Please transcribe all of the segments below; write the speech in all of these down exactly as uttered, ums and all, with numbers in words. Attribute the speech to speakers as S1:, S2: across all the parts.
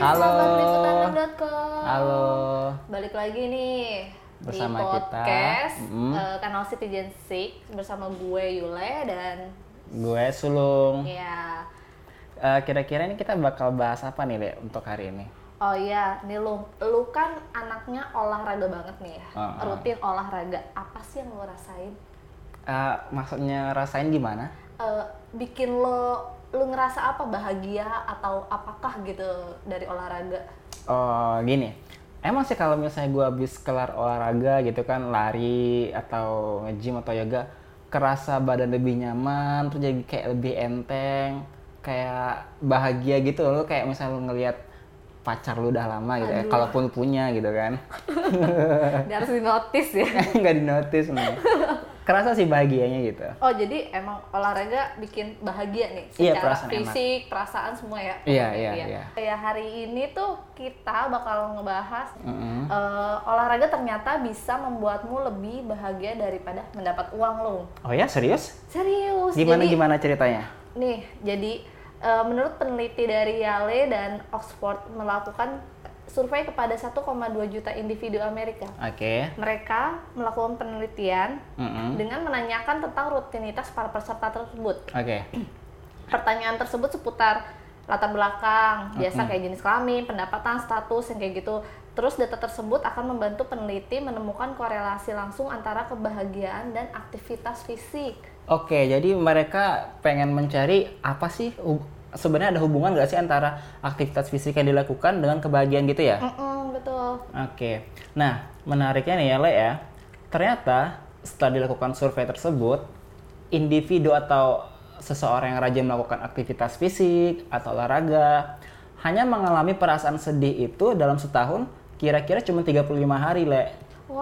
S1: Halo.
S2: sahabat liputan enam dot com.
S1: Halo.
S2: Balik lagi nih
S1: Bersama
S2: di podcast
S1: kita. Mm-hmm.
S2: uh, kanal Citizen Six bersama gue Yule dan
S1: gue Sulung.
S2: ya.
S1: Uh, kira-kira ini kita bakal bahas apa nih, Le, untuk hari ini?
S2: Oh iya, nih lu, lu kan anaknya olahraga banget nih ya.
S1: Uh-uh.
S2: Rutin olahraga. Apa sih yang lo rasain?
S1: Uh, maksudnya rasain gimana?
S2: Uh, bikin lo lu ngerasa apa, bahagia atau apakah gitu dari olahraga?
S1: Oh gini, emang sih kalau misalnya gue habis kelar olahraga gitu kan, lari atau nge-gym atau yoga, kerasa badan lebih nyaman, terus jadi kayak lebih enteng, kayak bahagia gitu loh, kayak misalnya lu ngelihat pacar lu udah lama gitu ya, kalaupun punya gitu kan.
S2: Dia harus di-notice ya.
S1: Nggak di-notice nih. Kerasa sih bahagianya gitu.
S2: Oh, jadi emang olahraga bikin bahagia nih
S1: Iya,
S2: secara
S1: perasaan
S2: fisik, enak. Perasaan semua ya.
S1: Iya, iya, iya.
S2: Kayak hari ini tuh kita bakal ngebahas
S1: mm-hmm.
S2: uh, olahraga ternyata bisa membuatmu lebih bahagia daripada mendapat uang lo.
S1: Oh ya, serius?
S2: Serius.
S1: Gimana
S2: jadi,
S1: gimana ceritanya?
S2: Nih, jadi uh, menurut peneliti dari Yale dan Oxford melakukan survei kepada satu koma dua juta individu Amerika.
S1: Oke. Okay.
S2: Mereka melakukan penelitian
S1: mm-hmm.
S2: dengan menanyakan tentang rutinitas para peserta tersebut.
S1: Oke. Okay.
S2: Pertanyaan tersebut seputar latar belakang, biasa
S1: mm-hmm.
S2: kayak jenis kelamin, pendapatan, status, yang kayak gitu. Terus data tersebut akan membantu peneliti menemukan korelasi langsung antara kebahagiaan dan aktivitas fisik.
S1: Oke, okay, jadi mereka pengen mencari apa sih sebenarnya ada hubungan nggak sih antara aktivitas fisik yang dilakukan dengan kebahagiaan gitu ya?
S2: Mm-mm, betul.
S1: Oke, nah menariknya nih ya Le ya, ternyata setelah dilakukan survei tersebut, individu atau seseorang yang rajin melakukan aktivitas fisik atau olahraga hanya mengalami perasaan sedih itu dalam setahun kira-kira cuma tiga puluh lima hari Le.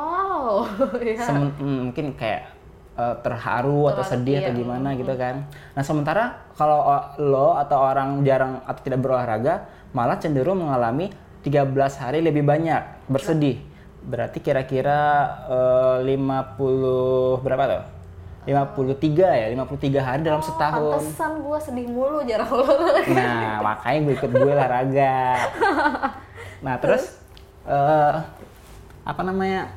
S2: Wow. Ya.
S1: Sem- mungkin kayak terharu atau sedih iya. atau gimana gitu kan. Nah sementara kalau lo atau orang jarang atau tidak berolahraga malah cenderung mengalami tiga belas hari lebih banyak bersedih. Berarti kira-kira uh, lima puluh berapa tuh? lima puluh tiga ya, lima puluh tiga hari dalam
S2: oh,
S1: setahun.
S2: Pantesan gue sedih mulu jarang olahraga.
S1: Nah makanya gue ikut gue olahraga. Nah terus uh, apa namanya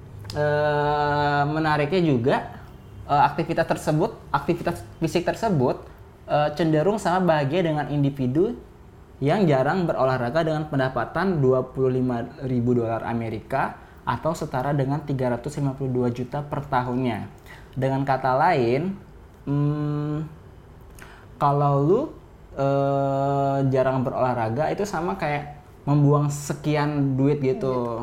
S1: uh, menariknya juga Uh, aktivitas tersebut, aktivitas fisik tersebut uh, cenderung sama bahagia dengan individu yang jarang berolahraga dengan pendapatan dua puluh lima ribu dolar Amerika atau setara dengan tiga ratus lima puluh dua juta per tahunnya. Dengan kata lain, hmm, kalau lu uh, jarang berolahraga itu sama kayak membuang sekian duit gitu.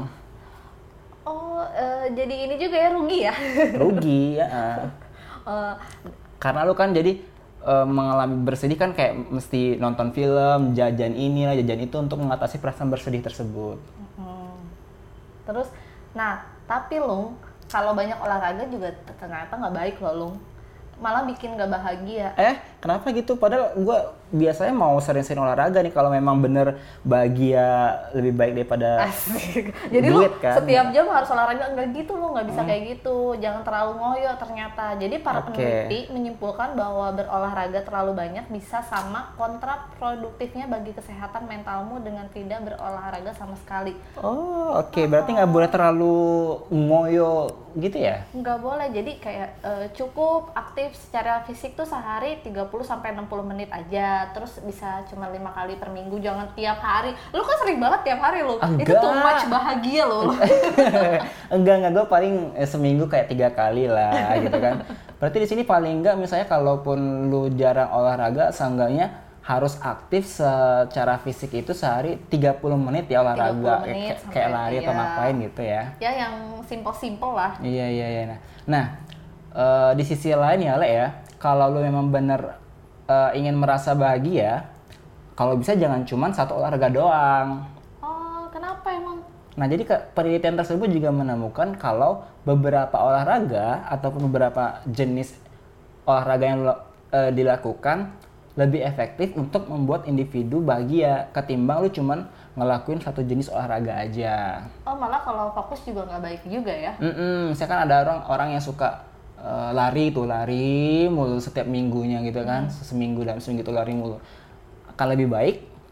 S2: Oh, uh, jadi ini juga ya rugi ya?
S1: Rugi ya. Uh, Karena lu kan jadi uh, mengalami bersedih kan kayak mesti nonton film, jajan ini lah, jajan itu untuk mengatasi perasaan bersedih tersebut.
S2: Hmm. Terus, nah tapi Lung, kalau banyak olahraga juga ternyata nggak baik loh Lung. Malah bikin gak bahagia.
S1: Eh, kenapa gitu? Padahal gue biasanya mau sering-sering olahraga nih kalau memang bener bahagia lebih baik daripada
S2: Asik. Jadi
S1: duit
S2: lu
S1: kan.
S2: setiap jam harus olahraga, enggak gitu lu, nggak bisa
S1: hmm.
S2: kayak gitu. Jangan terlalu ngoyo ternyata. Jadi para
S1: okay.
S2: peneliti menyimpulkan bahwa berolahraga terlalu banyak bisa sama kontraproduktifnya bagi kesehatan mentalmu dengan tidak berolahraga sama sekali.
S1: Oh, oke. Okay. Berarti nggak boleh terlalu ngoyo gitu ya?
S2: Nggak boleh. Jadi kayak uh, cukup aktif secara fisik tuh sehari tiga puluh sampai enam puluh menit aja. Terus bisa cuma lima kali per minggu, jangan tiap hari. Lu kan sering banget tiap hari lu.
S1: Enggak.
S2: Itu too much bahagia lo.
S1: enggak, enggak, gue paling eh, seminggu kayak tiga kali lah gitu kan. Berarti di sini paling enggak misalnya kalaupun lu jarang olahraga, seenggaknya harus aktif secara fisik itu sehari tiga puluh menit ya olahraga.
S2: menit,
S1: kayak, kayak lari
S2: iya.
S1: atau ngapain gitu ya.
S2: Ya yang simple-simple lah.
S1: Iya, iya, iya. Nah, nah uh, di sisi lain ya Le ya, kalau lu memang bener uh, ingin merasa bahagia, kalau bisa jangan cuma satu olahraga doang.
S2: Oh, kenapa emang?
S1: Nah, jadi ke, penelitian tersebut juga menemukan kalau beberapa olahraga ataupun beberapa jenis olahraga yang uh, dilakukan lebih efektif untuk membuat individu bahagia ketimbang lu cuman ngelakuin satu jenis olahraga aja.
S2: Oh, malah kalau fokus juga nggak baik juga ya?
S1: Mm-mm, misalkan ada orang orang yang suka uh, lari tuh lari mulu setiap minggunya gitu kan, hmm. seminggu dalam seminggu tuh lari mulu. Akan lebih baik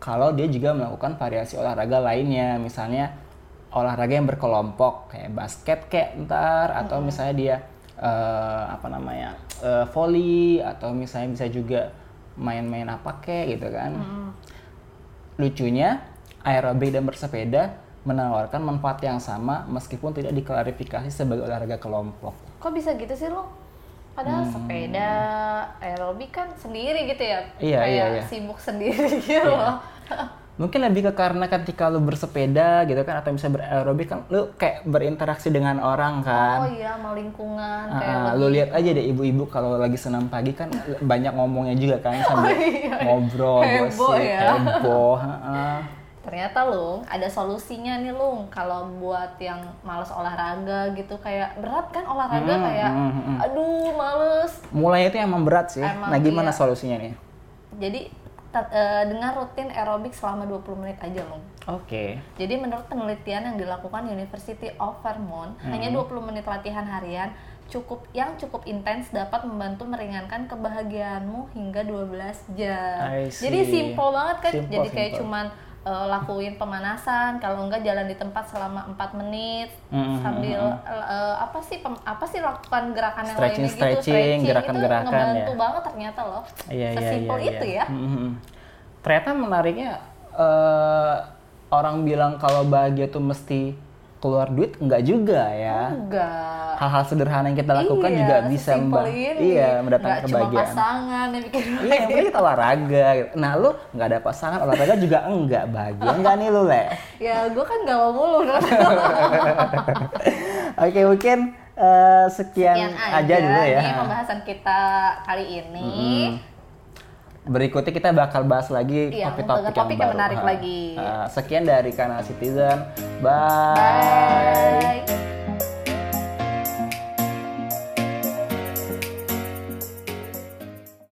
S1: kalau dia juga melakukan variasi olahraga lainnya, misalnya olahraga yang berkelompok kayak basket kayak ntar, atau mm-hmm. misalnya dia uh, apa namanya uh, volley, atau misalnya bisa juga main-main apa kayak gitu kan. Mm-hmm. Lucunya aerobik dan bersepeda menawarkan manfaat yang sama meskipun tidak diklarifikasi sebagai olahraga kelompok.
S2: Kok bisa gitu sih lo? Padahal hmm. sepeda, aerobik kan sendiri gitu ya?
S1: Iya,
S2: kayak
S1: iya, iya.
S2: sibuk sendiri gitu
S1: iya.
S2: loh.
S1: Mungkin lebih ke karena ketika lu bersepeda gitu kan, atau misalnya beraerobik kan lu kayak berinteraksi dengan orang kan.
S2: Oh iya, sama lingkungan.
S1: Uh,
S2: kayak
S1: lu lihat aja deh ibu-ibu kalau lagi senam pagi kan banyak ngomongnya juga kan, sambil
S2: oh, iya.
S1: ngobrol,
S2: heboh
S1: gosip,
S2: ya.
S1: heboh. Uh.
S2: Ternyata Lung, ada solusinya nih Lung. Kalau buat yang males olahraga gitu, kayak berat kan olahraga hmm, kayak hmm, hmm. aduh males.
S1: Mulai itu emang berat sih.
S2: Emang
S1: nah gimana
S2: iya.
S1: solusinya nih?
S2: Jadi t- uh, dengan rutin aerobik selama dua puluh menit aja Lung.
S1: Oke. Okay.
S2: Jadi menurut penelitian yang dilakukan University of Vermont, hmm. hanya dua puluh menit latihan harian cukup yang cukup intens dapat membantu meringankan kebahagiaanmu hingga dua belas jam. Jadi simple banget kan.
S1: Simple,
S2: Jadi kayak
S1: simple. cuman
S2: Uh, lakuin pemanasan, kalau enggak jalan di tempat selama empat menit mm-hmm. sambil uh, apa sih pem, apa sih lakukan gerakan yang
S1: stretching,
S2: lainnya
S1: stretching,
S2: gitu stretching
S1: gerakan-gerakan
S2: itu ngebantu
S1: ya.
S2: banget ternyata loh.
S1: Iya,
S2: sesimpel
S1: iya, iya,
S2: itu
S1: iya.
S2: ya.
S1: Mm-hmm. Ternyata menariknya uh, orang bilang kalau bahagia tuh mesti keluar duit, enggak juga ya.
S2: Enggak.
S1: Hal-hal sederhana yang kita lakukan
S2: iya,
S1: juga bisa mbak, iya mendatangkan
S2: nggak
S1: kebahagiaan.
S2: Cuma pasangan yang bikin
S1: iya, mungkin kita olahraga. Gitu. Nah lu nggak ada pasangan, olahraga juga enggak, bahagia enggak nih lu le?
S2: Ya gue kan galau mulu.
S1: Oke mungkin uh, sekian,
S2: sekian aja,
S1: aja dulu ya.
S2: Ini pembahasan kita kali ini. Mm-hmm.
S1: Berikutnya kita bakal bahas lagi
S2: iya,
S1: topik-topik
S2: topik
S1: yang,
S2: yang menarik
S1: baru.
S2: lagi.
S1: Uh, sekian dari Kanal Citizen. Bye.
S2: Bye.